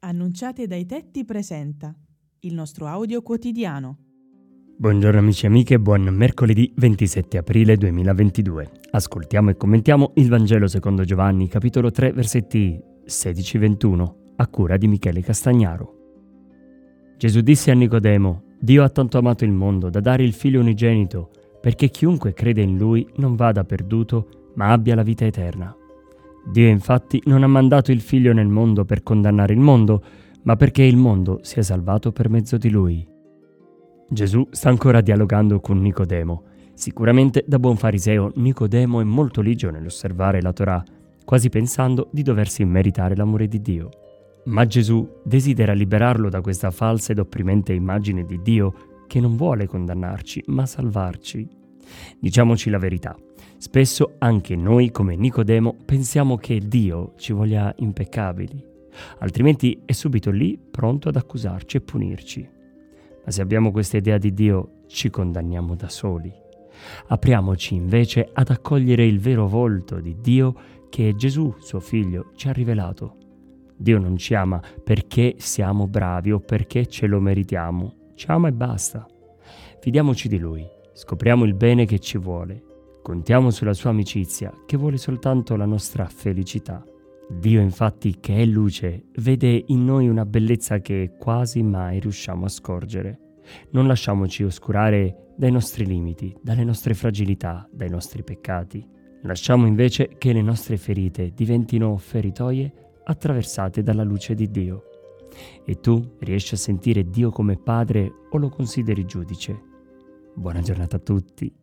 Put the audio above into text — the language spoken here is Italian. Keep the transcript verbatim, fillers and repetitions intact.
Annunciate dai tetti presenta il nostro audio quotidiano. Buongiorno amici e amiche, buon mercoledì ventisette aprile duemilaventidue. Ascoltiamo e commentiamo il Vangelo secondo Giovanni, capitolo tre, versetti sedici ventuno, a cura di Michele Castagnaro. Gesù disse a Nicodemo: Dio ha tanto amato il mondo da dare il Figlio unigenito, perché chiunque crede in Lui non vada perduto, ma abbia la vita eterna. Dio infatti non ha mandato il Figlio nel mondo per condannare il mondo, ma perché il mondo sia salvato per mezzo di Lui. Gesù sta ancora dialogando con Nicodemo. Sicuramente da buon fariseo Nicodemo è molto ligio nell'osservare la Torah, quasi pensando di doversi meritare l'amore di Dio. Ma Gesù desidera liberarlo da questa falsa ed opprimente immagine di Dio che non vuole condannarci, ma salvarci. Diciamoci la verità. Spesso anche noi, come Nicodemo, pensiamo che Dio ci voglia impeccabili, altrimenti è subito lì pronto ad accusarci e punirci. Ma se abbiamo questa idea di Dio, ci condanniamo da soli. Apriamoci invece ad accogliere il vero volto di Dio che Gesù, suo Figlio, ci ha rivelato. Dio non ci ama perché siamo bravi o perché ce lo meritiamo, ci ama e basta. Fidiamoci di Lui, scopriamo il bene che ci vuole. Contiamo sulla sua amicizia, che vuole soltanto la nostra felicità. Dio, infatti, che è luce, vede in noi una bellezza che quasi mai riusciamo a scorgere. Non lasciamoci oscurare dai nostri limiti, dalle nostre fragilità, dai nostri peccati. Lasciamo invece che le nostre ferite diventino feritoie attraversate dalla luce di Dio. E tu riesci a sentire Dio come Padre o lo consideri giudice? Buona giornata a tutti.